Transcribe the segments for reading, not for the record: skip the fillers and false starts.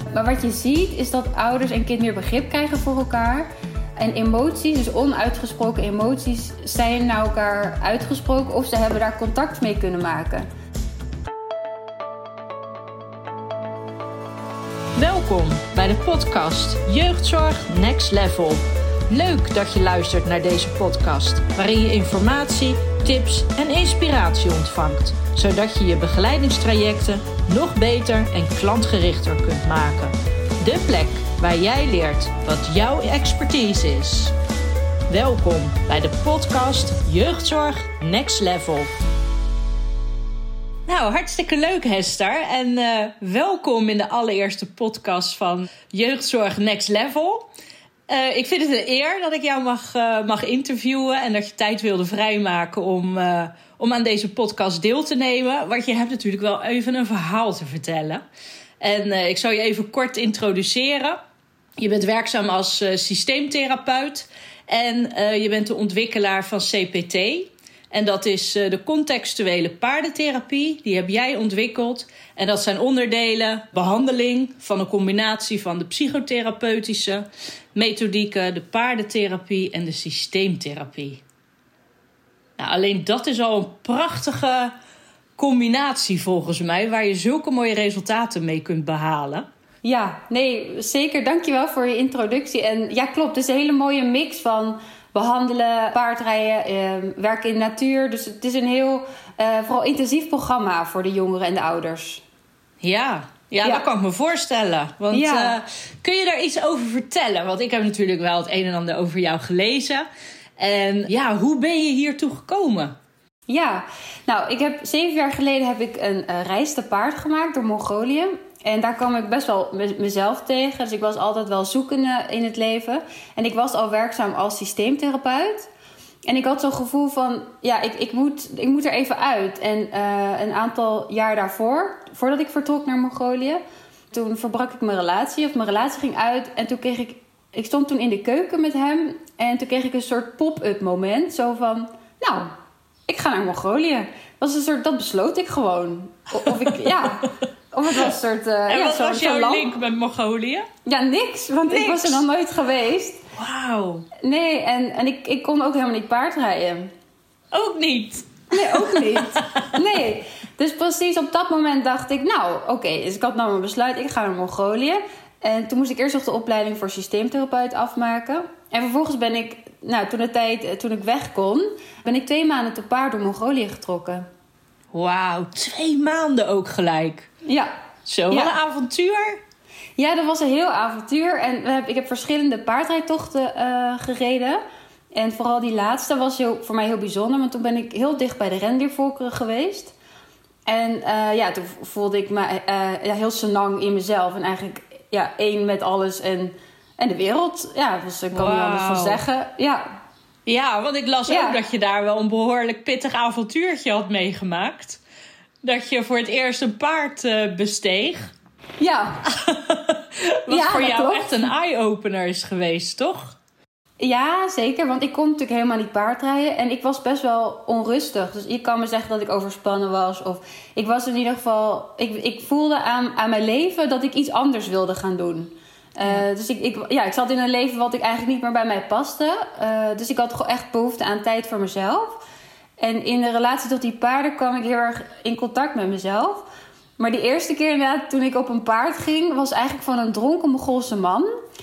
Maar wat je ziet is dat ouders en kind meer begrip krijgen voor elkaar. En emoties, dus onuitgesproken emoties, zijn naar elkaar uitgesproken of ze hebben daar contact mee kunnen maken. Welkom bij de podcast Jeugdzorg Next Level. Leuk dat je luistert naar deze podcast, waarin je informatie, tips en inspiratie ontvangt, zodat je je begeleidingstrajecten nog beter en klantgerichter kunt maken. De plek waar jij leert wat jouw expertise is. Welkom bij de podcast Jeugdzorg Next Level. Nou, hartstikke leuk Hester en welkom in de allereerste podcast van Jeugdzorg Next Level. Ik vind het een eer dat ik jou mag interviewen en dat je tijd wilde vrijmaken om aan deze podcast deel te nemen. Want je hebt natuurlijk wel even een verhaal te vertellen. En ik zal je even kort introduceren. Je bent werkzaam als systeemtherapeut en je bent de ontwikkelaar van CPT. En dat is de contextuele paardentherapie. Die heb jij ontwikkeld. En dat zijn onderdelen, behandeling van een combinatie van de psychotherapeutische methodieken, de paardentherapie en de systeemtherapie. Nou, alleen dat is al een prachtige combinatie volgens mij, waar je zulke mooie resultaten mee kunt behalen. Ja, nee, zeker. Dankjewel voor je introductie. En ja, klopt. Het is een hele mooie mix van behandelen, paardrijden, werken in de natuur. Dus het is een heel vooral intensief programma voor de jongeren en de ouders. Ja. Dat kan ik me voorstellen. Want kun je daar iets over vertellen? Want ik heb natuurlijk wel het een en ander over jou gelezen. En ja, hoe ben je hiertoe gekomen? Ja, nou, 7 jaar geleden heb ik een reis te paard gemaakt door Mongolië. En daar kwam ik best wel mezelf tegen. Dus ik was altijd wel zoekende in het leven. En ik was al werkzaam als systeemtherapeut. En ik had zo'n gevoel van, ja, ik moet er even uit. En een aantal jaar daarvoor, voordat ik vertrok naar Mongolië, toen verbrak ik mijn relatie. Of mijn relatie ging uit. En toen kreeg ik stond toen in de keuken met hem. En toen kreeg ik een soort pop-up moment. Zo van, nou, ik ga naar Mongolië. Dat besloot ik gewoon. Of het was een soort... en wat was jouw link met Mongolië? Ja, niks. Want ik was er nog nooit geweest. Wauw. Nee, en ik kon ook helemaal niet paardrijden. Ook niet? Nee, ook niet. Nee. Dus precies op dat moment dacht ik, nou, oké. Dus ik had nou mijn besluit, ik ga naar Mongolië. En toen moest ik eerst nog de opleiding voor systeemtherapeut afmaken. En vervolgens ben ik, toen ik weg kon, ben ik 2 maanden te paard door Mongolië getrokken. Wauw, 2 maanden ook gelijk. Ja. Zo, wat een avontuur. Ja, dat was een heel avontuur. En ik heb verschillende paardrijdtochten gereden. En vooral die laatste was voor mij heel bijzonder. Want toen ben ik heel dicht bij de rendiervolkeren geweest. En toen voelde ik me heel senang in mezelf. En eigenlijk één met alles en de wereld. Ja, dus ik kan er anders van zeggen. Ja, want ik las ook dat je daar wel een behoorlijk pittig avontuurtje had meegemaakt. Dat je voor het eerst een paard besteeg. Ja. Wat voor jou klopt. echt een eye-opener is geweest, toch? Ja, zeker. Want ik kon natuurlijk helemaal niet paardrijden. En ik was best wel onrustig. Dus je kan me zeggen dat ik overspannen was. Of ik was in ieder geval... Ik voelde aan mijn leven dat ik iets anders wilde gaan doen. Dus ik zat in een leven wat ik eigenlijk niet meer bij mij paste. Dus ik had gewoon echt behoefte aan tijd voor mezelf. En in de relatie tot die paarden kwam ik heel erg in contact met mezelf. Maar die eerste keer inderdaad, toen ik op een paard ging, was eigenlijk van een dronken Mongoolse man.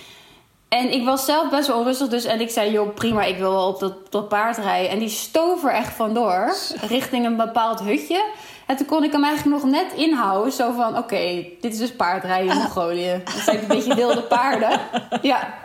En ik was zelf best wel onrustig dus. En ik zei, joh, prima, ik wil wel op dat paard rijden. En die stoof er echt vandoor, richting een bepaald hutje. En toen kon ik hem eigenlijk nog net inhouden. Zo van, oké, dit is dus paardrijden in Mongolië. Dat zijn een beetje wilde paarden. Ja.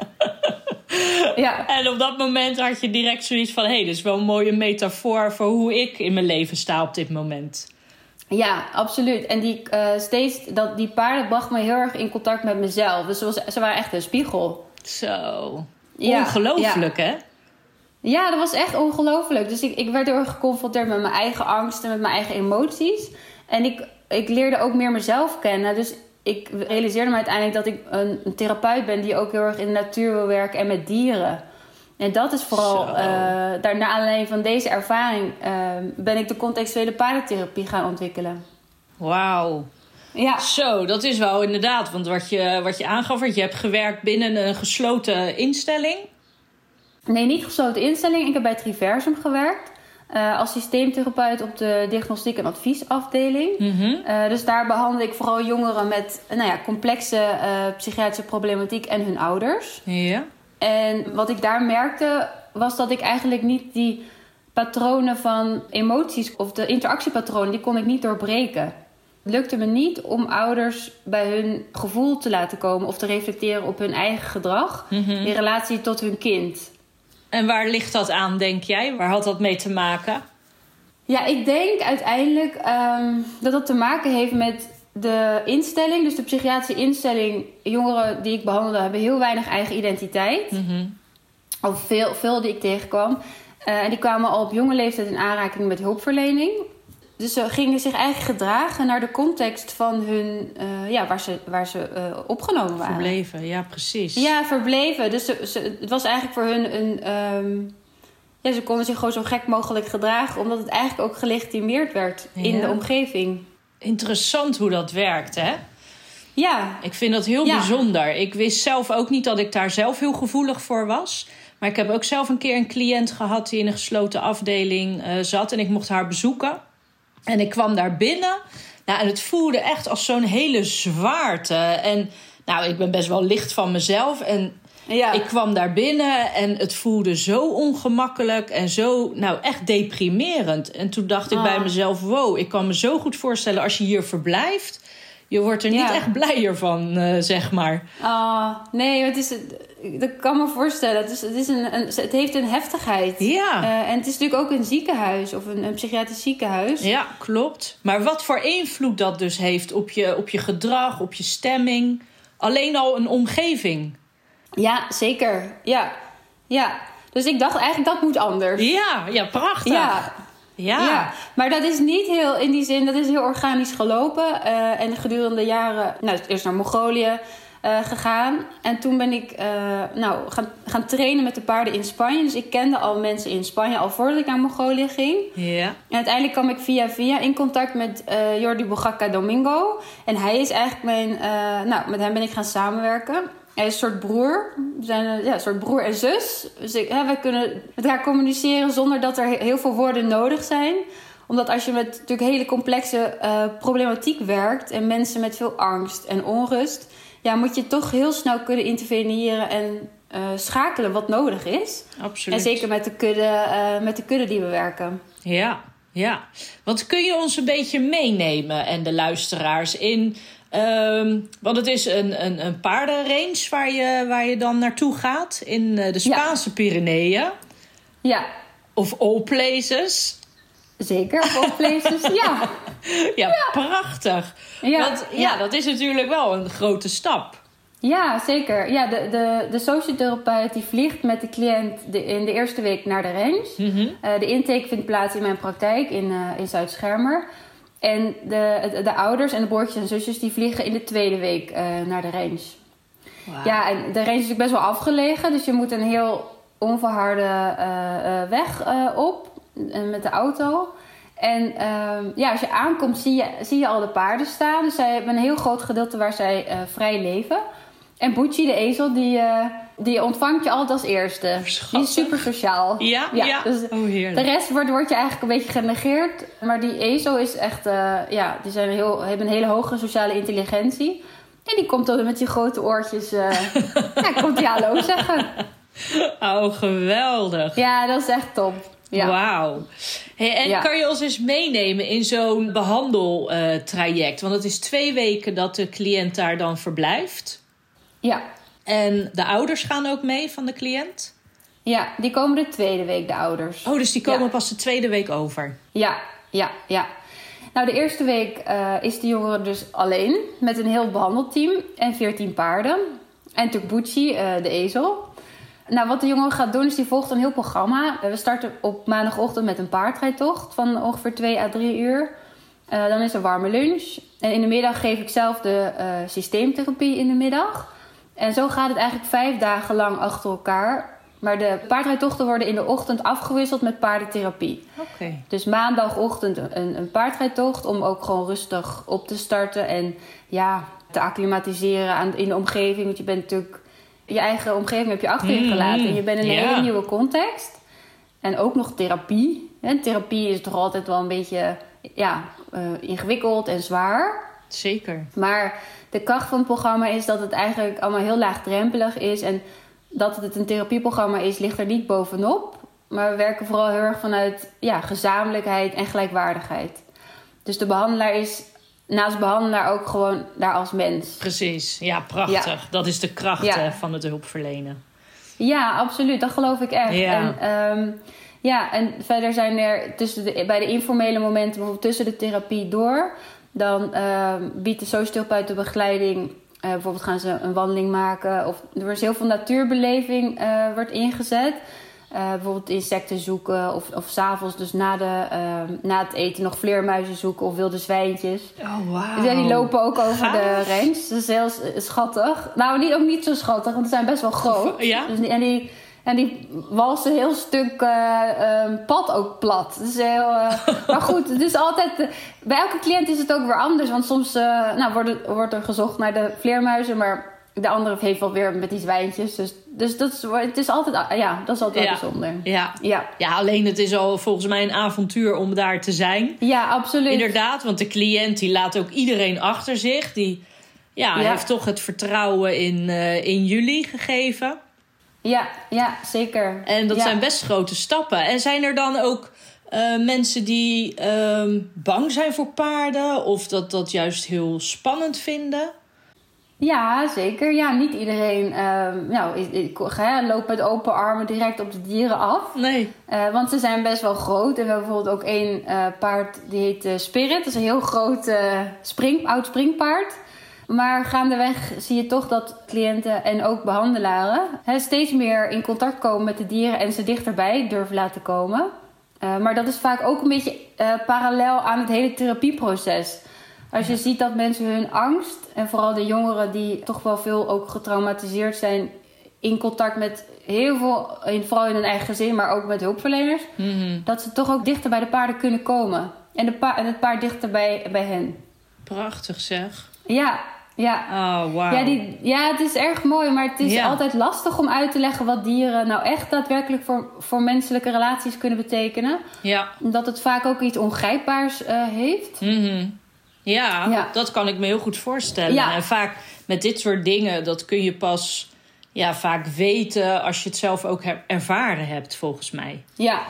En op dat moment had je direct zoiets van, dit is wel een mooie metafoor voor hoe ik in mijn leven sta op dit moment. Ja, absoluut. En die paarden brachten me heel erg in contact met mezelf. Dus ze waren echt een spiegel. Zo. Ongelooflijk, hè? Ja, dat was echt ongelooflijk. Dus ik werd heel erg geconfronteerd met mijn eigen angsten, met mijn eigen emoties. En ik leerde ook meer mezelf kennen. Dus ik realiseerde me uiteindelijk dat ik een therapeut ben die ook heel erg in de natuur wil werken en met dieren. En dat is vooral, naar aanleiding van deze ervaring ben ik de contextuele paardentherapie gaan ontwikkelen. Wauw. Ja. Zo, dat is wel inderdaad. Want wat je aangaf, want je hebt gewerkt binnen een gesloten instelling. Nee, niet gesloten instelling. Ik heb bij Triversum gewerkt. Als systeemtherapeut op de diagnostiek- en adviesafdeling. Dus daar behandel ik vooral jongeren met complexe psychiatrische problematiek en hun ouders. Ja. En wat ik daar merkte, was dat ik eigenlijk niet die patronen van emoties of de interactiepatronen, die kon ik niet doorbreken. Het lukte me niet om ouders bij hun gevoel te laten komen of te reflecteren op hun eigen gedrag in relatie tot hun kind. En waar ligt dat aan, denk jij? Waar had dat mee te maken? Ja, ik denk uiteindelijk dat dat te maken heeft met de instelling. Dus de psychiatrische instelling. Jongeren die ik behandelde hebben heel weinig eigen identiteit. Of veel die ik tegenkwam. En die kwamen al op jonge leeftijd in aanraking met hulpverlening. Dus ze gingen zich eigenlijk gedragen naar de context van hun, waar ze opgenomen waren. Verbleven, ja, precies. Ja, verbleven. Dus het was eigenlijk voor hun een... ze konden zich gewoon zo gek mogelijk gedragen, omdat het eigenlijk ook gelegitimeerd werd in de omgeving. Interessant hoe dat werkt, hè? Ja. Ik vind dat heel bijzonder. Ik wist zelf ook niet dat ik daar zelf heel gevoelig voor was. Maar ik heb ook zelf een keer een cliënt gehad die in een gesloten afdeling zat. En ik mocht haar bezoeken. En ik kwam daar binnen. Nou, en het voelde echt als zo'n hele zwaarte. En ik ben best wel licht van mezelf. En ik kwam daar binnen en het voelde zo ongemakkelijk en zo, echt deprimerend. En toen dacht ik bij mezelf, wow, ik kan me zo goed voorstellen als je hier verblijft. Je wordt er niet echt blijer van, zeg maar. Nee, dat kan me voorstellen. Het heeft een heftigheid. Ja. En het is natuurlijk ook een ziekenhuis of een psychiatrisch ziekenhuis. Ja, klopt. Maar wat voor invloed dat dus heeft op je gedrag, op je stemming. Alleen al een omgeving. Ja, zeker. Ja. Dus ik dacht eigenlijk dat moet anders. Ja, prachtig. Ja, maar dat is niet heel, in die zin, dat is heel organisch gelopen. En gedurende jaren, eerst naar Mongolië gegaan. En toen ben ik gaan trainen met de paarden in Spanje. Dus ik kende al mensen in Spanje, al voordat ik naar Mongolië ging. Ja. En uiteindelijk kwam ik via in contact met Jordi Bogaca Domingo. En hij is eigenlijk met hem ben ik gaan samenwerken. Hij is een soort broer. We zijn een soort broer en zus. Dus wij kunnen met elkaar communiceren zonder dat er heel veel woorden nodig zijn. Omdat als je met natuurlijk hele complexe problematiek werkt en mensen met veel angst en onrust, moet je toch heel snel kunnen interveneren en schakelen wat nodig is. Absoluut. En zeker met de kudde die we werken. Ja. Want kun je ons een beetje meenemen en de luisteraars in? Want het is een paardenrange waar je dan naartoe gaat in de Spaanse Pyreneeën. Ja. Of all places. Zeker, of all places, ja. Ja, prachtig. Want dat is natuurlijk wel een grote stap. Ja, zeker. Ja, de sociotherapeut die vliegt met de cliënt in de eerste week naar de range. De intake vindt plaats in mijn praktijk in Zuid-Schermer. En de ouders en de broertjes en zusjes die vliegen in de tweede week naar de range. Wow. Ja, en de range is natuurlijk best wel afgelegen. Dus je moet een heel onverharde weg op met de auto. En als je aankomt zie je al de paarden staan. Dus zij hebben een heel groot gedeelte waar zij vrij leven. En Bucci, de ezel, die ontvangt je altijd als eerste. Schattig. Die is super sociaal. Ja. Dus heerlijk. De rest wordt je eigenlijk een beetje genegeerd. Maar die ezel is echt... die hebben een hele hoge sociale intelligentie. En die komt dan met die grote oortjes... komt die hallo zeggen. Oh, geweldig. Ja, dat is echt top. Ja. Wauw. Hey, en kan je ons eens meenemen in zo'n behandeltraject? Want het is 2 weken dat de cliënt daar dan verblijft. Ja. En de ouders gaan ook mee van de cliënt? Ja, die komen de tweede week, de ouders. Oh, dus die komen pas de tweede week over? Ja. Nou, de eerste week is de jongere dus alleen met een heel behandelteam en 14 paarden. En natuurlijk Bucci, de ezel. Nou, wat de jongen gaat doen is, die volgt een heel programma. We starten op maandagochtend met een paardrijdtocht van ongeveer 2 à 3 uur. Dan is er warme lunch. En in de middag geef ik zelf de systeemtherapie in de middag. En zo gaat het eigenlijk 5 dagen lang achter elkaar. Maar de paardrijtochten worden in de ochtend afgewisseld met paardentherapie. Oké. Dus maandagochtend een paardrijtocht om ook gewoon rustig op te starten. En te acclimatiseren in de omgeving. Want je bent natuurlijk... Je eigen omgeving heb je achter je gelaten. En je bent in een hele nieuwe context. En ook nog therapie. En therapie is toch altijd wel een beetje ingewikkeld en zwaar. Zeker. Maar de kracht van het programma is dat het eigenlijk allemaal heel laagdrempelig is. En dat het een therapieprogramma is, ligt er niet bovenop. Maar we werken vooral heel erg vanuit gezamenlijkheid en gelijkwaardigheid. Dus de behandelaar is naast behandelaar ook gewoon daar als mens. Precies, ja, prachtig. Ja. Dat is de kracht van het hulpverlenen. Ja, absoluut. Dat geloof ik echt. Ja. En verder zijn er bij de informele momenten, bijvoorbeeld tussen de therapie door, dan biedt de sociotherapeut de begeleiding. Bijvoorbeeld gaan ze een wandeling maken. Of er wordt heel veel natuurbeleving wordt ingezet. Bijvoorbeeld insecten zoeken. Of 's avonds dus na het eten nog vleermuizen zoeken. Of wilde zwijntjes. Oh, wauw. Dus die lopen ook over de range. Dat is heel schattig. Nou, ook niet zo schattig. Want ze zijn best wel groot. Ja? Dus die walsen een heel stuk pad ook plat. Dus maar goed, het is altijd... bij elke cliënt is het ook weer anders. Want soms wordt er gezocht naar de vleermuizen. Maar de andere heeft wel weer met die zwijntjes. Dus het is altijd... dat is altijd wel bijzonder. Ja, alleen het is al volgens mij een avontuur om daar te zijn. Ja, absoluut. Inderdaad, want de cliënt die laat ook iedereen achter zich. Die heeft toch het vertrouwen in jullie gegeven. Ja, zeker. En dat zijn best grote stappen. En zijn er dan ook mensen die bang zijn voor paarden? Of dat juist heel spannend vinden? Ja, zeker. Ja, niet iedereen loopt met open armen direct op de dieren af. Nee. Want ze zijn best wel groot. En we hebben bijvoorbeeld ook één paard, die heet Spirit. Dat is een heel groot oud springpaard. Maar gaandeweg zie je toch dat cliënten en ook behandelaren steeds meer in contact komen met de dieren en ze dichterbij durven laten komen. Maar dat is vaak ook een beetje parallel aan het hele therapieproces. Als je ziet dat mensen hun angst, en vooral de jongeren die toch wel veel ook getraumatiseerd zijn, in contact met heel veel, vooral in hun eigen gezin, maar ook met hulpverleners, dat ze toch ook dichter bij de paarden kunnen komen. En het paard dichter bij hen. Prachtig zeg. Ja. Oh, wow. Het is erg mooi, maar het is altijd lastig om uit te leggen wat dieren nou echt daadwerkelijk voor menselijke relaties kunnen betekenen. Ja. Omdat het vaak ook iets ongrijpbaars heeft. Mm-hmm. Ja, dat kan ik me heel goed voorstellen. Ja. En vaak met dit soort dingen, dat kun je pas vaak weten als je het zelf ook ervaren hebt, volgens mij. Ja.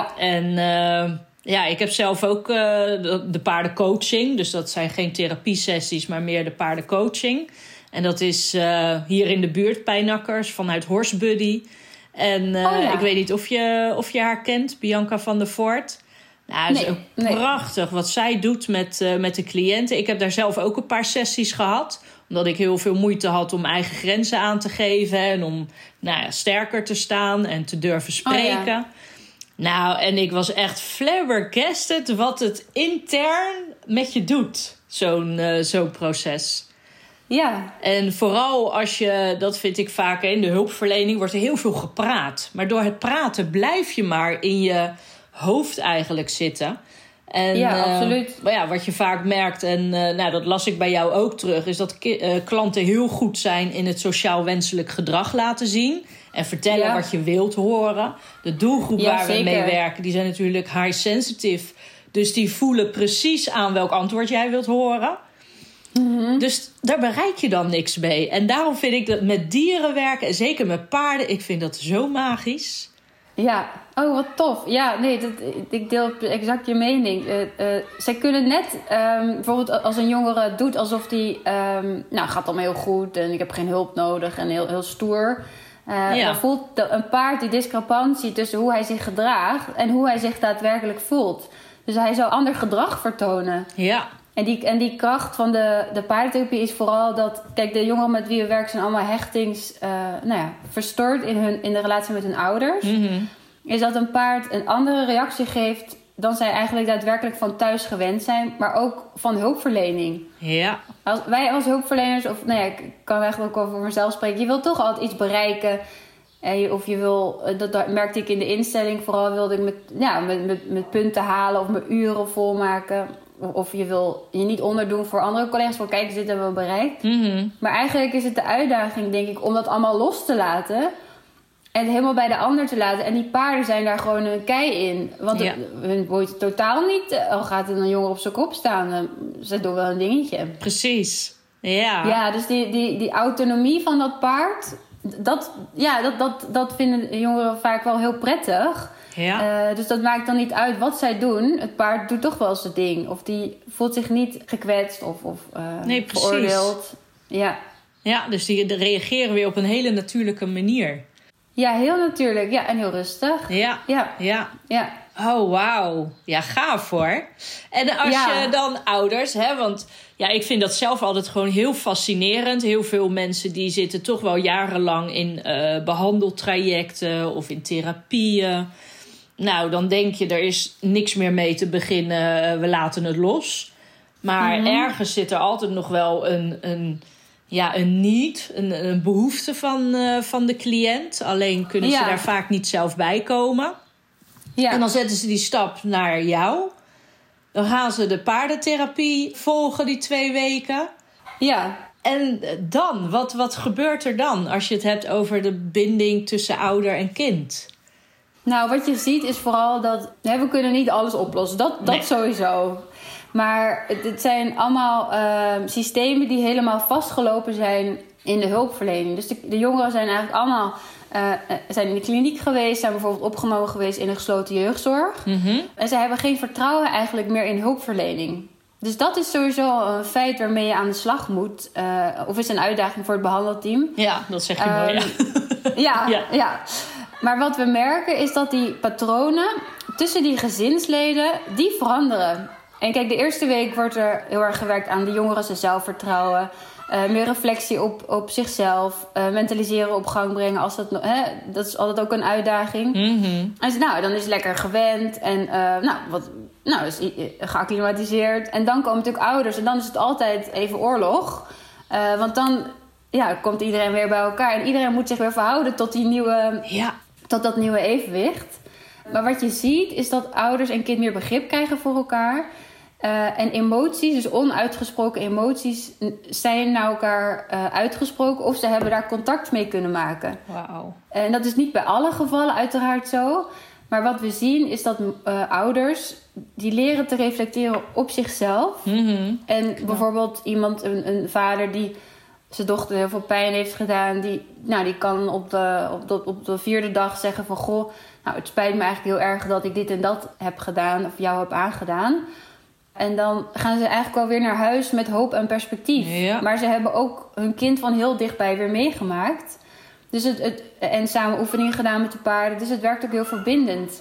En ik heb zelf ook de paardencoaching. Dus dat zijn geen therapiesessies, maar meer de paardencoaching. En dat is hier in de buurt bij Nakkers vanuit Horse Buddy. En ik weet niet of je haar kent, Bianca van der Voort. Nou, het is ook prachtig wat zij doet met de cliënten. Ik heb daar zelf ook een paar sessies gehad. Omdat ik heel veel moeite had om eigen grenzen aan te geven. En om sterker te staan en te durven spreken. Oh, ja. Nou, en ik was echt flabbergasted wat het intern met je doet. Zo'n proces. Ja. En vooral als je, dat vind ik vaak in de hulpverlening, wordt er heel veel gepraat. Maar door het praten blijf je maar in je hoofd eigenlijk zitten. En, absoluut. Maar wat je vaak merkt, en dat las ik bij jou ook terug, is dat klanten heel goed zijn in het sociaal wenselijk gedrag laten zien. En vertellen wat je wilt horen. De doelgroep waar we mee werken, die zijn natuurlijk high sensitive. Dus die voelen precies aan welk antwoord jij wilt horen. Mm-hmm. Dus daar bereik je dan niks mee. En daarom vind ik dat met dieren werken, en zeker met paarden, ik vind dat zo magisch. Ja, oh wat tof. Ja, ik deel exact je mening. Zij kunnen net, bijvoorbeeld als een jongere doet alsof die, gaat allemaal heel goed en ik heb geen hulp nodig en heel, heel stoer. Dan voelt een paard die discrepantie tussen hoe hij zich gedraagt en hoe hij zich daadwerkelijk voelt. Dus hij zou ander gedrag vertonen. Ja. En die kracht van de paardentherapie is vooral dat, kijk, de jongeren met wie we werken zijn allemaal verstoord in de relatie met hun ouders. Mm-hmm. Is dat een paard een andere reactie geeft dan zij eigenlijk daadwerkelijk van thuis gewend zijn, maar ook van hulpverlening. Ja. Wij als hulpverleners, ik kan eigenlijk ook over mezelf spreken, je wilt toch altijd iets bereiken. Of je wil, dat merkte ik in de instelling, vooral wilde ik met punten halen of mijn uren volmaken. Of je wil je niet onderdoen voor andere collega's. Voor kijk, dit hebben we bereikt. Mm-hmm. Maar eigenlijk is het de uitdaging, denk ik, om dat allemaal los te laten. En helemaal bij de ander te laten. En die paarden zijn daar gewoon een kei in. Want hun wordt totaal niet, al gaat er een jongen op zijn kop staan. Ze doen wel een dingetje. Precies. Ja. Ja, dus die autonomie van dat paard, dat vinden jongeren vaak wel heel prettig. Ja. Dus dat maakt dan niet uit wat zij doen. Het paard doet toch wel zijn ding. Of die voelt zich niet gekwetst of veroordeeld. Ja, dus die reageren weer op een hele natuurlijke manier. Ja, heel natuurlijk. Ja, en heel rustig. Ja. Oh, wauw. Ja, gaaf hoor. En als je dan ouders, hè, want ik vind dat zelf altijd gewoon heel fascinerend. Heel veel mensen die zitten toch wel jarenlang in behandeltrajecten of in therapieën. Nou, dan denk je, er is niks meer mee te beginnen. We laten het los. Maar ergens zit er altijd nog wel een need, een behoefte van de cliënt. Alleen kunnen ze daar vaak niet zelf bij komen. Ja. En dan zetten ze die stap naar jou. Dan gaan ze de paardentherapie volgen die 2 weken. Ja. En dan, wat gebeurt er dan als je het hebt over de binding tussen ouder en kind? Nou, wat je ziet is vooral dat we kunnen niet alles oplossen. Dat sowieso. Maar het zijn allemaal systemen die helemaal vastgelopen zijn in de hulpverlening. Dus de jongeren zijn eigenlijk allemaal zijn in de kliniek geweest, zijn bijvoorbeeld opgenomen geweest in de gesloten jeugdzorg. Mm-hmm. En ze hebben geen vertrouwen eigenlijk meer in hulpverlening. Dus dat is sowieso een feit waarmee je aan de slag moet. Of is een uitdaging voor het behandelteam. Ja, dat zeg je mooi. Ja. Maar wat we merken is dat die patronen tussen die gezinsleden, die veranderen. En kijk, de eerste week wordt er heel erg gewerkt aan de jongeren zijn zelfvertrouwen. Meer reflectie op zichzelf. Mentaliseren op gang brengen. Dat is altijd ook een uitdaging. Mm-hmm. En dan is het lekker gewend. En is geacclimatiseerd. En dan komen natuurlijk ouders. En dan is het altijd even oorlog. Want dan komt iedereen weer bij elkaar. En iedereen moet zich weer verhouden tot tot dat nieuwe evenwicht. Maar wat je ziet is dat ouders en kind meer begrip krijgen voor elkaar. En emoties, dus onuitgesproken emoties, zijn naar elkaar uitgesproken. Of ze hebben daar contact mee kunnen maken. Wauw. En dat is niet bij alle gevallen uiteraard zo. Maar wat we zien is dat ouders, die leren te reflecteren op zichzelf. Mm-hmm. En bijvoorbeeld een vader die zijn dochter heel veel pijn heeft gedaan. Die kan op de 4e dag zeggen van, goh, het spijt me eigenlijk heel erg dat ik dit en dat heb gedaan. Of jou heb aangedaan. En dan gaan ze eigenlijk alweer naar huis met hoop en perspectief. Ja. Maar ze hebben ook hun kind van heel dichtbij weer meegemaakt. Dus en samen oefeningen gedaan met de paarden. Dus het werkt ook heel verbindend.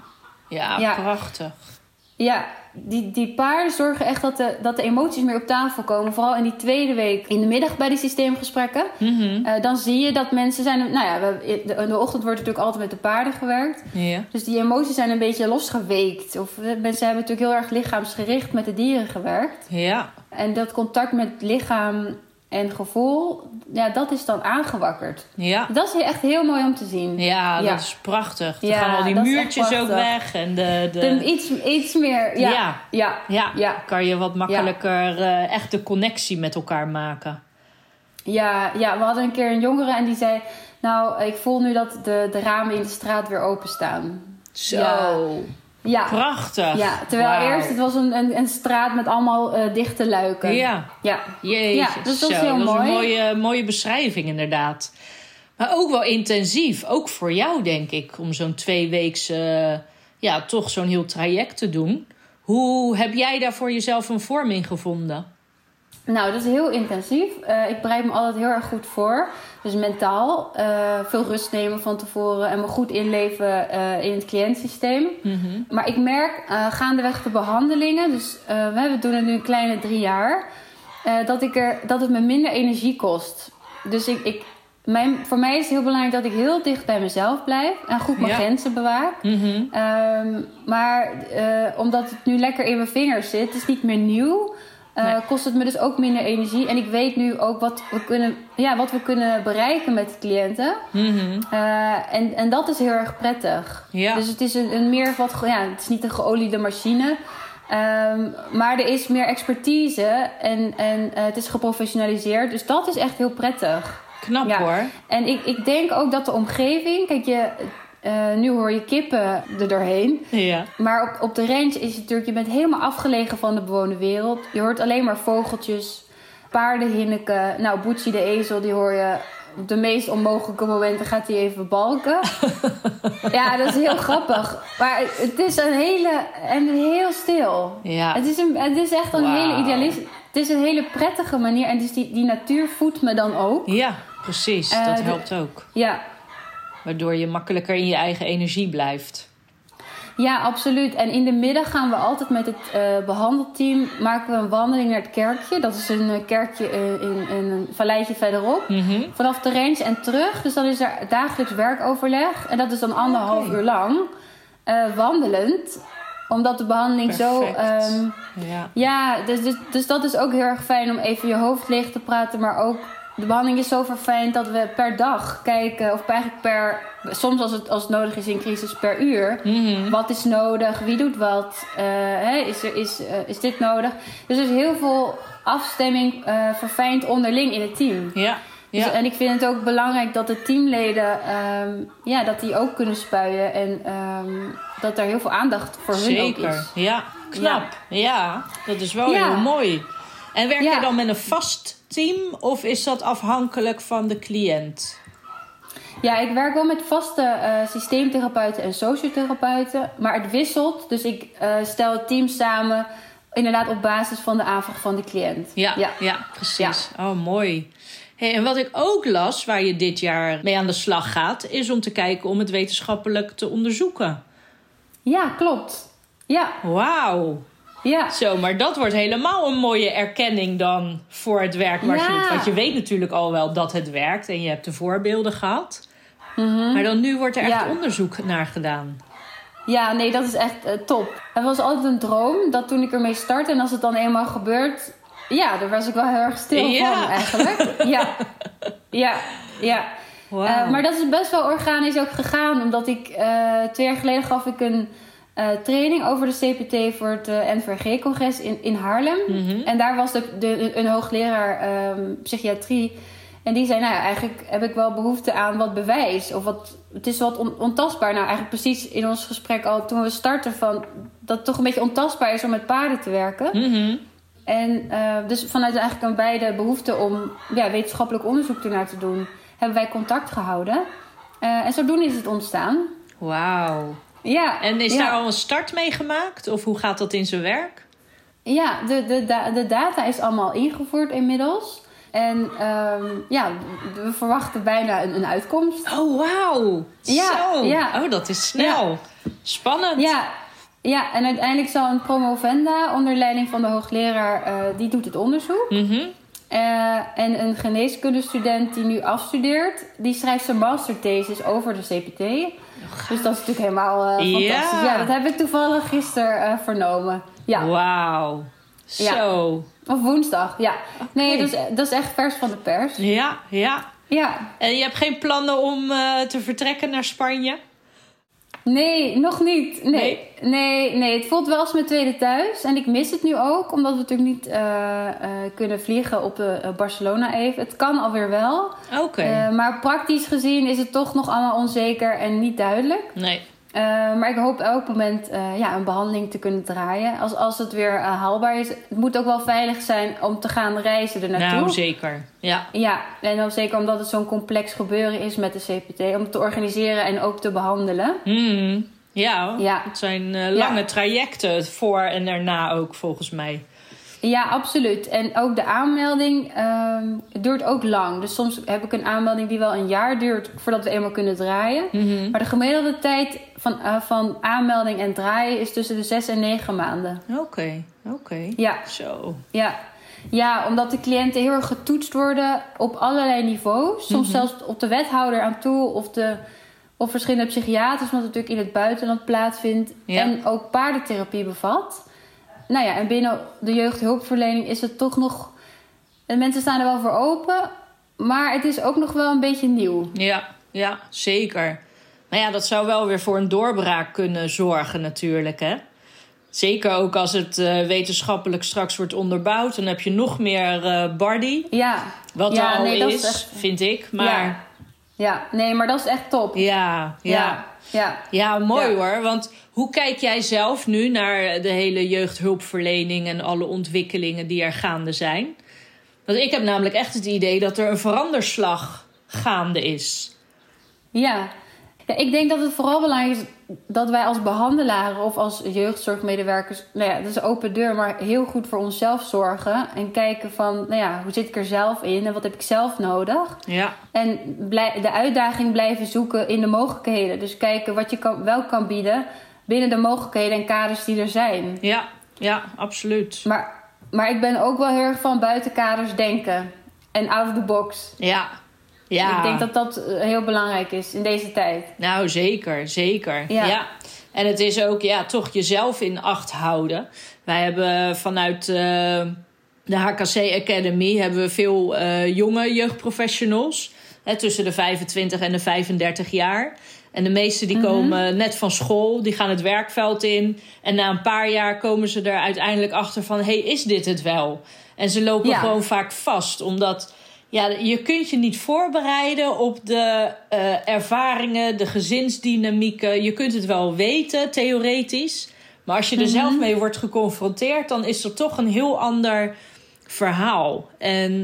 Ja, prachtig. Ja, die paarden zorgen echt dat de emoties meer op tafel komen. Vooral in die 2e week in de middag bij die systeemgesprekken. Mm-hmm. Dan zie je dat mensen zijn... in de ochtend wordt natuurlijk altijd met de paarden gewerkt. Ja. Dus die emoties zijn een beetje losgeweekt. Of mensen hebben natuurlijk heel erg lichaamsgericht met de dieren gewerkt. Ja. En dat contact met lichaam en gevoel, dat is dan aangewakkerd. Ja. Dat is echt heel mooi om te zien. Ja, dat is prachtig. Dan gaan al die muurtjes ook weg. En iets meer, ja. Kan je wat makkelijker echt de connectie met elkaar maken. Ja, we hadden een keer een jongere en die zei, ik voel nu dat de ramen in de straat weer openstaan. Zo. Ja. Prachtig. Ja, terwijl eerst het was een straat met allemaal dichte luiken. Ja. Jezus. Ja, dus dat is heel mooi. Dat is een mooie beschrijving inderdaad. Maar ook wel intensief. Ook voor jou denk ik. Om zo'n 2-weekse, toch zo'n heel traject te doen. Hoe heb jij daar voor jezelf een vorm in gevonden? Nou, dat is heel intensief. Ik bereid me altijd heel erg goed voor. Dus mentaal. Veel rust nemen van tevoren. En me goed inleven in het cliëntsysteem. Mm-hmm. Maar ik merk gaandeweg de behandelingen. Dus we doen het nu een kleine 3 jaar. Dat het me minder energie kost. Dus voor mij is het heel belangrijk dat ik heel dicht bij mezelf blijf. En goed mijn grenzen bewaak. Mm-hmm. Maar omdat het nu lekker in mijn vingers zit. Het is niet meer nieuw. kost het me dus ook minder energie. En ik weet nu ook wat we kunnen bereiken met de cliënten. En dat is heel erg prettig. Ja. Dus het is een meer wat... Ja, het is niet een geoliede machine. Maar er is meer expertise. En het is geprofessionaliseerd. Dus dat is echt heel prettig. Knap hoor. En ik denk ook dat de omgeving... Kijk, nu hoor je kippen er doorheen. Ja. Maar op de range is het natuurlijk... Je bent helemaal afgelegen van de bewoonde wereld. Je hoort alleen maar vogeltjes, paarden hinniken. Nou, Boetsie de ezel, die hoor je... Op de meest onmogelijke momenten gaat hij even balken. Ja, dat is heel grappig. Maar het is heel stil. Ja. Het is echt een hele idealistische... Het is een hele prettige manier. En dus die natuur voedt me dan ook. Ja, precies. Dat helpt ook. Ja. Waardoor je makkelijker in je eigen energie blijft. Ja, absoluut. En in de middag gaan we altijd met het behandelteam... maken we een wandeling naar het kerkje. Dat is een kerkje in een valleitje verderop. Vanaf de range en terug. Dus dan is er dagelijks werkoverleg. En dat is dan 1,5 uur lang. Wandelend. Omdat de behandeling perfect. Dus dat is ook heel erg fijn om even je hoofd leeg te praten. Maar ook... De behandeling is zo verfijnd dat we per dag kijken... of eigenlijk soms als het nodig is in crisis per uur... Wat is nodig, wie doet wat, is dit nodig? Dus er is heel veel afstemming verfijnd onderling in het team. Ja. Ja. Dus, en ik vind het ook belangrijk dat de teamleden... dat die ook kunnen spuien... en dat er heel veel aandacht voor hun ook is. Zeker, ja, knap. Ja, dat is wel heel mooi. En werk je dan met een vast team of is dat afhankelijk van de cliënt? Ja, ik werk wel met vaste systeemtherapeuten en sociotherapeuten. Maar het wisselt. Dus ik stel het team samen inderdaad op basis van de aanvraag van de cliënt. Ja, precies. Ja. Oh, mooi. Hey, en wat ik ook las, waar je dit jaar mee aan de slag gaat... is om te kijken om het wetenschappelijk te onderzoeken. Ja, klopt. Ja. Wauw. Ja. Zo, maar dat wordt helemaal een mooie erkenning dan voor het werk wat je doet. Want je weet natuurlijk al wel dat het werkt en je hebt de voorbeelden gehad. Maar dan nu wordt er echt onderzoek naar gedaan. Ja, nee, dat is echt top. Het was altijd een droom dat toen ik ermee startte en als het dan eenmaal gebeurt... Ja, daar was ik wel heel erg stil van eigenlijk. Ja. Wow. Maar dat is best wel organisch ook gegaan. Omdat ik 2 jaar geleden gaf ik een... training over de CPT voor het NVRG-congres in Haarlem. En daar was een hoogleraar psychiatrie. En die zei, nou ja, eigenlijk heb ik wel behoefte aan wat bewijs. Of het is wat ontastbaar. Nou, eigenlijk precies in ons gesprek al toen we starten van... dat het toch een beetje ontastbaar is om met paarden te werken. En dus vanuit eigenlijk een beide behoefte om wetenschappelijk onderzoek ernaar te doen... hebben wij contact gehouden. En zodoende is het ontstaan. Wauw. Ja, en is daar al een start mee gemaakt? Of hoe gaat dat in zijn werk? Ja, de data is allemaal ingevoerd inmiddels. En we verwachten bijna een uitkomst. Oh, wauw. Zo. Ja. Oh, dat is snel. Ja. Spannend. Ja, en uiteindelijk zal een promovenda onder leiding van de hoogleraar... die doet het onderzoek. En een geneeskundestudent die nu afstudeert... die schrijft zijn masterthesis over de CPT... Dus dat is natuurlijk helemaal fantastisch. Ja, dat heb ik toevallig gisteren vernomen. Ja. Wauw. Zo. Of woensdag, ja. Okay. Nee, dat is echt vers van de pers. Ja. En je hebt geen plannen om te vertrekken naar Spanje? Nee, nog niet. Nee. Het voelt wel als mijn tweede thuis. En ik mis het nu ook, omdat we natuurlijk niet kunnen vliegen op Barcelona even. Het kan alweer wel. Oké. Maar praktisch gezien is het toch nog allemaal onzeker en niet duidelijk. Nee. Maar ik hoop elk moment een behandeling te kunnen draaien. Als het weer haalbaar is. Het moet ook wel veilig zijn om te gaan reizen ernaartoe. Nou, zeker. Ja, en dan zeker omdat het zo'n complex gebeuren is met de CPT. Om het te organiseren en ook te behandelen. Ja, het zijn lange trajecten voor en daarna ook volgens mij. Ja, absoluut. En ook de aanmelding duurt ook lang. Dus soms heb ik een aanmelding die wel een jaar duurt voordat we eenmaal kunnen draaien. Maar de gemiddelde tijd van aanmelding en draaien is tussen de 6 en 9 maanden. Oké. Ja. Zo. Ja, omdat de cliënten heel erg getoetst worden op allerlei niveaus. Soms zelfs op de wethouder aan toe of verschillende psychiaters, wat natuurlijk in het buitenland plaatsvindt. Ja. En ook paardentherapie bevat. en binnen de jeugdhulpverlening is het toch nog... En mensen staan er wel voor open, maar het is ook nog wel een beetje nieuw. Ja, zeker. Maar ja, dat zou wel weer voor een doorbraak kunnen zorgen natuurlijk, hè? Zeker ook als het wetenschappelijk straks wordt onderbouwd. Dan heb je nog meer Bardi. Ja. Wat ja, al nee, is, echt... vind ik. Maar... Ja, nee, maar dat is echt top. Ja, mooi hoor. Want hoe kijk jij zelf nu naar de hele jeugdhulpverlening... en alle ontwikkelingen die er gaande zijn? Want ik heb namelijk echt het idee dat er een veranderslag gaande is. Ja, ik denk dat het vooral belangrijk is dat wij als behandelaren of als jeugdzorgmedewerkers, dat is een open deur, maar heel goed voor onszelf zorgen. En kijken van, hoe zit ik er zelf in en wat heb ik zelf nodig? Ja. En de uitdaging blijven zoeken in de mogelijkheden. Dus kijken wat je wel kan bieden binnen de mogelijkheden en kaders die er zijn. Ja, absoluut. Maar ik ben ook wel heel erg van buiten kaders denken. En out of the box. Ja. Ik denk dat dat heel belangrijk is in deze tijd. Nou, zeker. Ja. En het is ook toch jezelf in acht houden. Wij hebben vanuit de HKC Academy hebben we veel jonge jeugdprofessionals. Tussen de 25 en de 35 jaar. En de meesten die komen net van school. Die gaan het werkveld in. En na een paar jaar komen ze er uiteindelijk achter van... is dit het wel? En ze lopen gewoon vaak vast. Omdat je kunt je niet voorbereiden op de ervaringen... de gezinsdynamieken. Je kunt het wel weten, theoretisch. Maar als je er zelf mee wordt geconfronteerd... dan is er toch een heel ander verhaal. En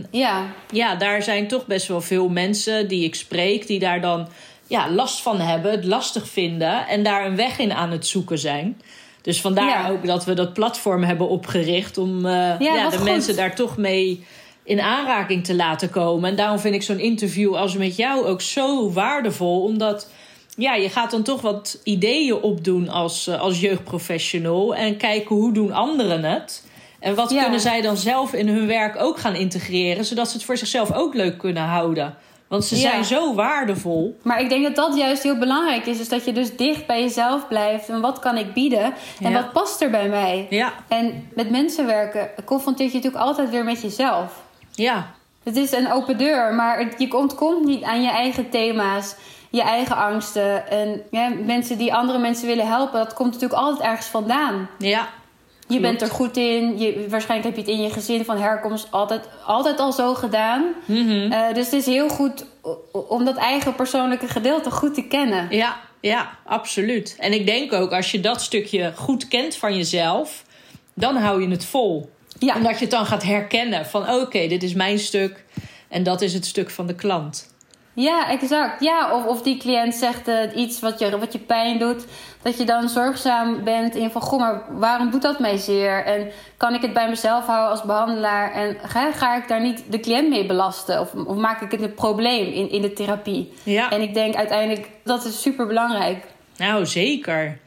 daar zijn toch best wel veel mensen die ik spreek... die daar dan... last van hebben, het lastig vinden... en daar een weg in aan het zoeken zijn. Dus vandaar ook dat we dat platform hebben opgericht... om de mensen daar toch mee in aanraking te laten komen. En daarom vind ik zo'n interview als met jou ook zo waardevol... omdat je gaat dan toch wat ideeën opdoen als jeugdprofessional... en kijken hoe doen anderen het... En wat kunnen zij dan zelf in hun werk ook gaan integreren... zodat ze het voor zichzelf ook leuk kunnen houden... Want ze zijn zo waardevol. Maar ik denk dat dat juist heel belangrijk is. Dus dat je dus dicht bij jezelf blijft. En wat kan ik bieden? En wat past er bij mij? Ja. En met mensen werken confronteert je natuurlijk altijd weer met jezelf. Ja. Het is een open deur. Maar je ontkomt niet aan je eigen thema's. Je eigen angsten. En mensen die andere mensen willen helpen. Dat komt natuurlijk altijd ergens vandaan. Ja. Je bent er goed in. Waarschijnlijk heb je het in je gezin van herkomst altijd al zo gedaan. Dus het is heel goed om dat eigen persoonlijke gedeelte goed te kennen. Ja, absoluut. En ik denk ook, als je dat stukje goed kent van jezelf... dan hou je het vol. Ja. Omdat je het dan gaat herkennen van... oké, dit is mijn stuk en dat is het stuk van de klant. Ja, exact. Ja, of die cliënt zegt iets wat je pijn doet... dat je dan zorgzaam bent in van... goh, maar waarom doet dat mij zeer? En kan ik het bij mezelf houden als behandelaar? En ga ik daar niet de cliënt mee belasten? Of maak ik het een probleem in de therapie? Ja. En ik denk uiteindelijk, dat is super belangrijk. Nou, zeker.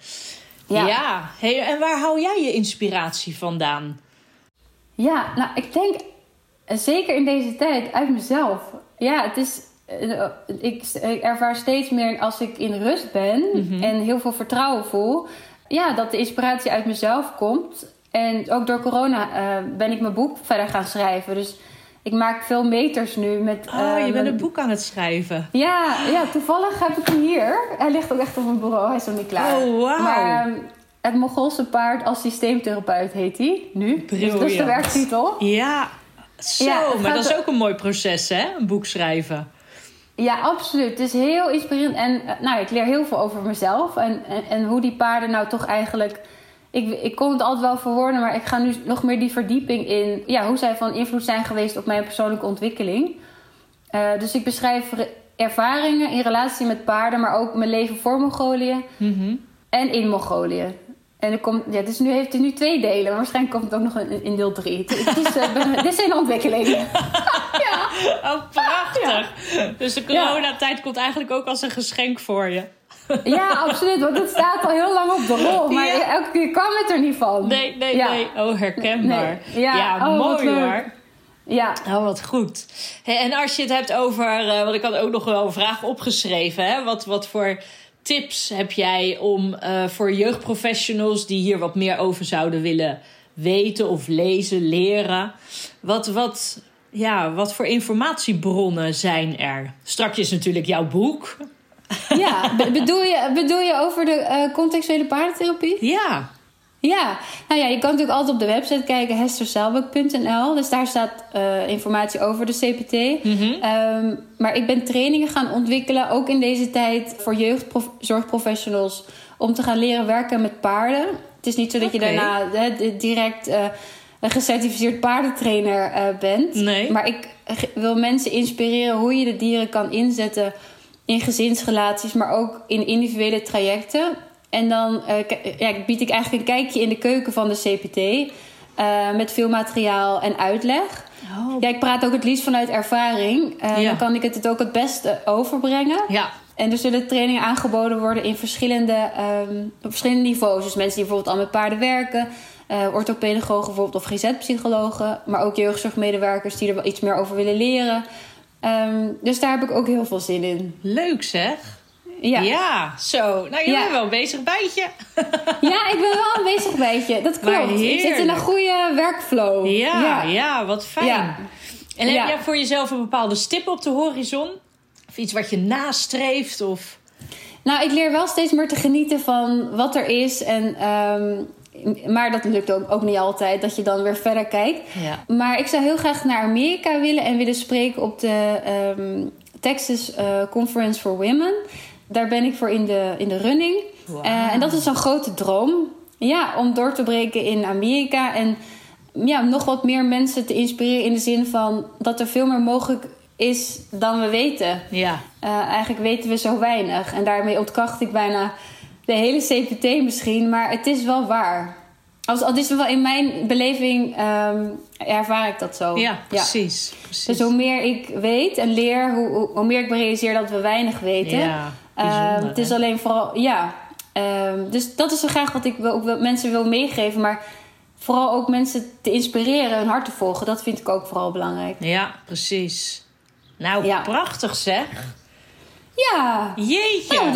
Ja. Hey, en waar hou jij je inspiratie vandaan? Ja, nou, ik denk zeker in deze tijd uit mezelf. Ja, het is... Ik ervaar steeds meer als ik in rust ben en heel veel vertrouwen voel... dat de inspiratie uit mezelf komt. En ook door corona ben ik mijn boek verder gaan schrijven. Dus ik maak veel meters nu met... je bent een boek aan het schrijven. Ja, toevallig heb ik hem hier. Hij ligt ook echt op mijn bureau, hij is nog niet klaar. Oh, wow. Maar Het Mongoolse paard als systeemtherapeut heet hij nu. Dus dat is de werktitel. Ja, maar dat is ook een mooi proces, hè? Een boek schrijven. Ja, absoluut. Het is heel inspirerend. En ik leer heel veel over mezelf. En hoe die paarden nou toch eigenlijk... Ik kon het altijd wel verwoorden, maar ik ga nu nog meer die verdieping in... hoe zij van invloed zijn geweest op mijn persoonlijke ontwikkeling. Dus ik beschrijf ervaringen in relatie met paarden... maar ook mijn leven voor Mongolië en in Mongolië. En heeft het nu 2 delen. Maar waarschijnlijk komt het ook nog in deel 3. Dit is in ontwikkeling. Ja. Oh, prachtig. Ja. Dus de coronatijd komt eigenlijk ook als een geschenk voor je. Ja, absoluut. Want het staat al heel lang op de rol. Maar elke keer kwam het er niet van. Nee. Oh, herkenbaar. Nee. Ja, mooi hoor. Ja. Oh, wat goed. Hey, en als je het hebt over... want ik had ook nog wel een vraag opgeschreven. Hè? Wat voor tips heb jij om voor jeugdprofessionals... die hier wat meer over zouden willen weten of lezen, leren. Wat voor informatiebronnen zijn er? Straks natuurlijk jouw boek. Ja, bedoel je over de contextuele paardentherapie? Ja. Ja, nou ja, je kan natuurlijk altijd op de website kijken, hesterselbuk.nl. Dus daar staat informatie over de CPT. Mm-hmm. Maar ik ben trainingen gaan ontwikkelen, ook in deze tijd, voor jeugdzorgprofessionals, om te gaan leren werken met paarden. Het is niet zo dat je daarna direct een gecertificeerd paardentrainer bent. Nee. Maar ik wil mensen inspireren hoe je de dieren kan inzetten in gezinsrelaties, maar ook in individuele trajecten. En dan bied ik eigenlijk een kijkje in de keuken van de CPT. Met veel materiaal en uitleg. Oh. Ja, ik praat ook het liefst vanuit ervaring. Dan kan ik het ook het beste overbrengen. Ja. En er zullen trainingen aangeboden worden in op verschillende niveaus. Dus mensen die bijvoorbeeld al met paarden werken. Orthopedagogen bijvoorbeeld of GZ-psychologen. Maar ook jeugdzorgmedewerkers die er wel iets meer over willen leren. Dus daar heb ik ook heel veel zin in. Leuk zeg. Ja, zo. Nou, je bent wel een bezig bijtje. Ja, ik ben wel een bezig bijtje. Dat klopt. Ik zit in een goede workflow. Ja, wat fijn. Ja. En heb jij voor jezelf een bepaalde stip op de horizon? Of iets wat je nastreeft? Of... Nou, ik leer wel steeds meer te genieten van wat er is. Maar dat lukt ook niet altijd, dat je dan weer verder kijkt. Ja. Maar ik zou heel graag naar Amerika willen spreken op de Texas Conference for Women. Daar ben ik voor in de running. Wow. En dat is een grote droom. Ja, om door te breken in Amerika. En nog wat meer mensen te inspireren in de zin van dat er veel meer mogelijk is dan we weten. Ja. Eigenlijk weten we zo weinig. En daarmee ontkracht ik bijna de hele CPT misschien. Maar het is wel waar. Al is het wel in mijn beleving ervaar ik dat zo. Ja, precies. Dus hoe meer ik weet en leer, hoe meer ik me realiseer dat we weinig weten. Ja, bijzonder, het is alleen vooral, dus dat is zo graag wat ik mensen wil meegeven. Maar vooral ook mensen te inspireren, hun hart te volgen. Dat vind ik ook vooral belangrijk. Ja, precies. Nou, prachtig zeg. Ja. Jeetje. Nou,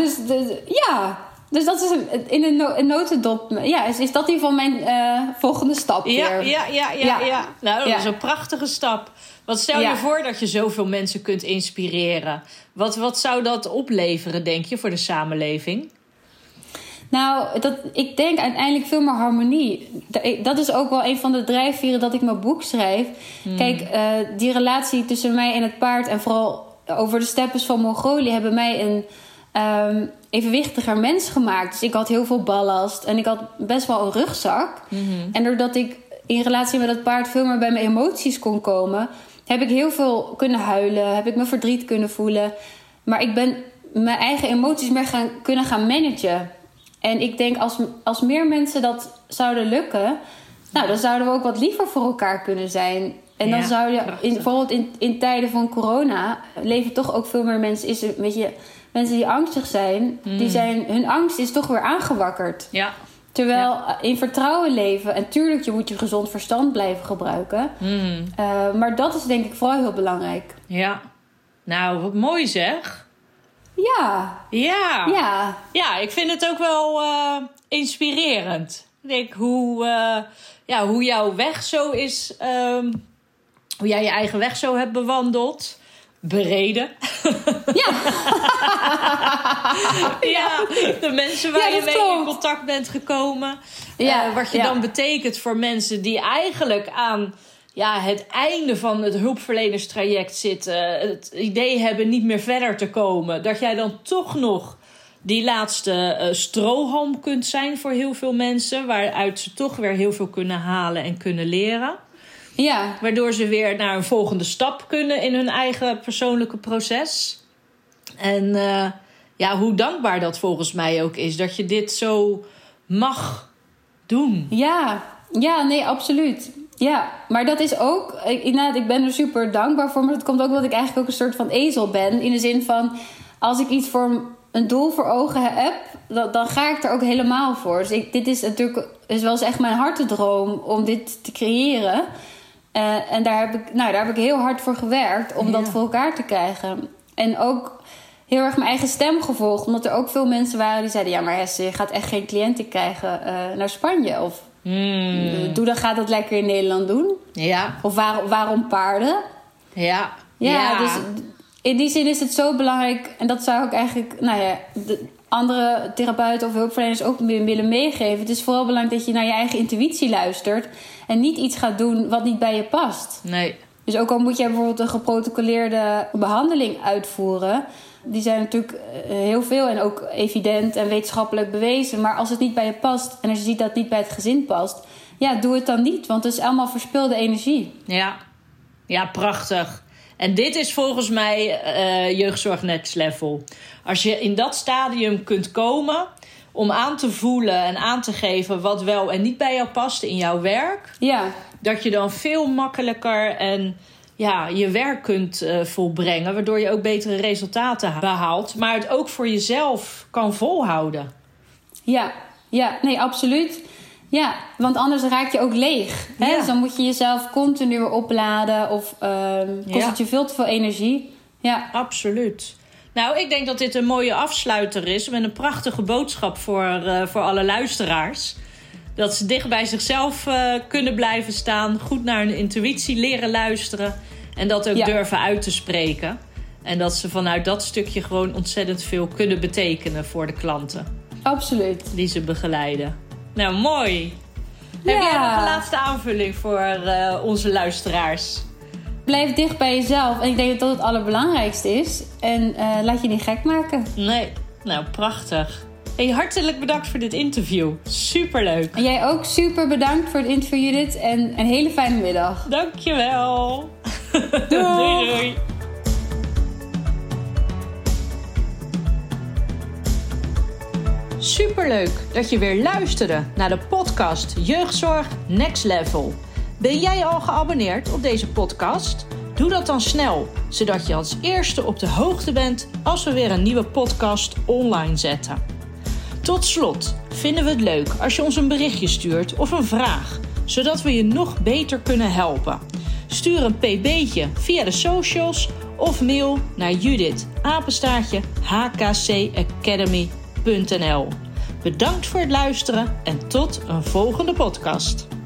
dus dat is in een notendop. Ja, is dat in ieder geval mijn volgende stap weer. Ja. Nou, dat is een prachtige stap. Wat stel je voor dat je zoveel mensen kunt inspireren? Wat zou dat opleveren, denk je, voor de samenleving? Nou, ik denk uiteindelijk veel meer harmonie. Dat is ook wel een van de drijfveren dat ik mijn boek schrijf. Kijk, die relatie tussen mij en het paard en vooral over de steppes van Mongolië hebben mij een evenwichtiger mens gemaakt. Dus ik had heel veel ballast en ik had best wel een rugzak. Mm-hmm. En doordat ik in relatie met het paard veel meer bij mijn emoties kon komen, heb ik heel veel kunnen huilen, heb ik mijn verdriet kunnen voelen. Maar ik ben mijn eigen emoties meer kunnen gaan managen. En ik denk als meer mensen dat zouden lukken, nou, dan zouden we ook wat liever voor elkaar kunnen zijn. En dan zou je, bijvoorbeeld in tijden van corona, leven toch ook veel meer mensen, mensen die angstig zijn, hun angst is toch weer aangewakkerd. Ja. Terwijl in vertrouwen leven, en tuurlijk, je moet je gezond verstand blijven gebruiken. Maar dat is denk ik vooral heel belangrijk. Ja. Nou, wat mooi zeg. Ja. Ja, ik vind het ook wel inspirerend. Ik denk hoe jouw weg zo is, hoe jij je eigen weg zo hebt bewandeld. Bereden. Ja. De mensen waar je mee in contact bent gekomen. Wat je dan betekent voor mensen die eigenlijk aan het einde van het hulpverlenerstraject zitten. Het idee hebben niet meer verder te komen. Dat jij dan toch nog die laatste strohalm kunt zijn voor heel veel mensen. Waaruit ze toch weer heel veel kunnen halen en kunnen leren. Ja. Waardoor ze weer naar een volgende stap kunnen in hun eigen persoonlijke proces. En hoe dankbaar dat volgens mij ook is. Dat je dit zo mag doen. Ja, nee, absoluut. Ja, maar dat is ook, ik ben er super dankbaar voor. Maar dat komt ook omdat ik eigenlijk ook een soort van ezel ben. In de zin van, als ik iets voor een doel voor ogen heb, dan ga ik er ook helemaal voor. Dus dit is natuurlijk wel eens echt mijn hartedroom om dit te creëren. En daar heb ik heel hard voor gewerkt om dat voor elkaar te krijgen. En ook heel erg mijn eigen stem gevolgd. Omdat er ook veel mensen waren die zeiden, ja, maar Hesse, je gaat echt geen cliënten krijgen naar Spanje. Of Gaat dat lekker in Nederland doen. Ja. Of waarom paarden? Ja. Dus in die zin is het zo belangrijk. En dat zou ik eigenlijk de andere therapeuten of hulpverleners ook willen meegeven. Het is vooral belangrijk dat je naar je eigen intuïtie luistert. En niet iets gaat doen wat niet bij je past. Nee. Dus ook al moet je bijvoorbeeld een geprotocoleerde behandeling uitvoeren. Die zijn natuurlijk heel veel en ook evident en wetenschappelijk bewezen. Maar als het niet bij je past en als je ziet dat het niet bij het gezin past, doe het dan niet. Want het is allemaal verspilde energie. Ja, prachtig. En dit is volgens mij jeugdzorg next level. Als je in dat stadium kunt komen om aan te voelen en aan te geven wat wel en niet bij jou past in jouw werk. Ja. Dat je dan veel makkelijker en je werk kunt volbrengen. Waardoor je ook betere resultaten behaalt. Maar het ook voor jezelf kan volhouden. Ja, nee, absoluut. Ja, want anders raak je ook leeg. Hè? Ja. Dus dan moet je jezelf continu weer opladen. Of kost het je veel te veel energie. Ja, absoluut. Nou, ik denk dat dit een mooie afsluiter is. Met een prachtige boodschap voor alle luisteraars. Dat ze dicht bij zichzelf kunnen blijven staan. Goed naar hun intuïtie leren luisteren. En dat ook durven uit te spreken. En dat ze vanuit dat stukje gewoon ontzettend veel kunnen betekenen voor de klanten. Absoluut. Die ze begeleiden. Nou, mooi. Heb jij nog een laatste aanvulling voor onze luisteraars? Blijf dicht bij jezelf. En ik denk dat dat het allerbelangrijkste is. En laat je niet gek maken. Nee. Nou, prachtig. Hey, hartelijk bedankt voor dit interview. Superleuk. En jij ook super bedankt voor het interview, Judith. En een hele fijne middag. Dankjewel. Doei. Doei. Superleuk dat je weer luisterde naar de podcast Jeugdzorg Next Level. Ben jij al geabonneerd op deze podcast? Doe dat dan snel, zodat je als eerste op de hoogte bent als we weer een nieuwe podcast online zetten. Tot slot vinden we het leuk als je ons een berichtje stuurt of een vraag, zodat we je nog beter kunnen helpen. Stuur een pb'tje via de socials of mail naar judith@hkcacademy.nl. Bedankt voor het luisteren en tot een volgende podcast.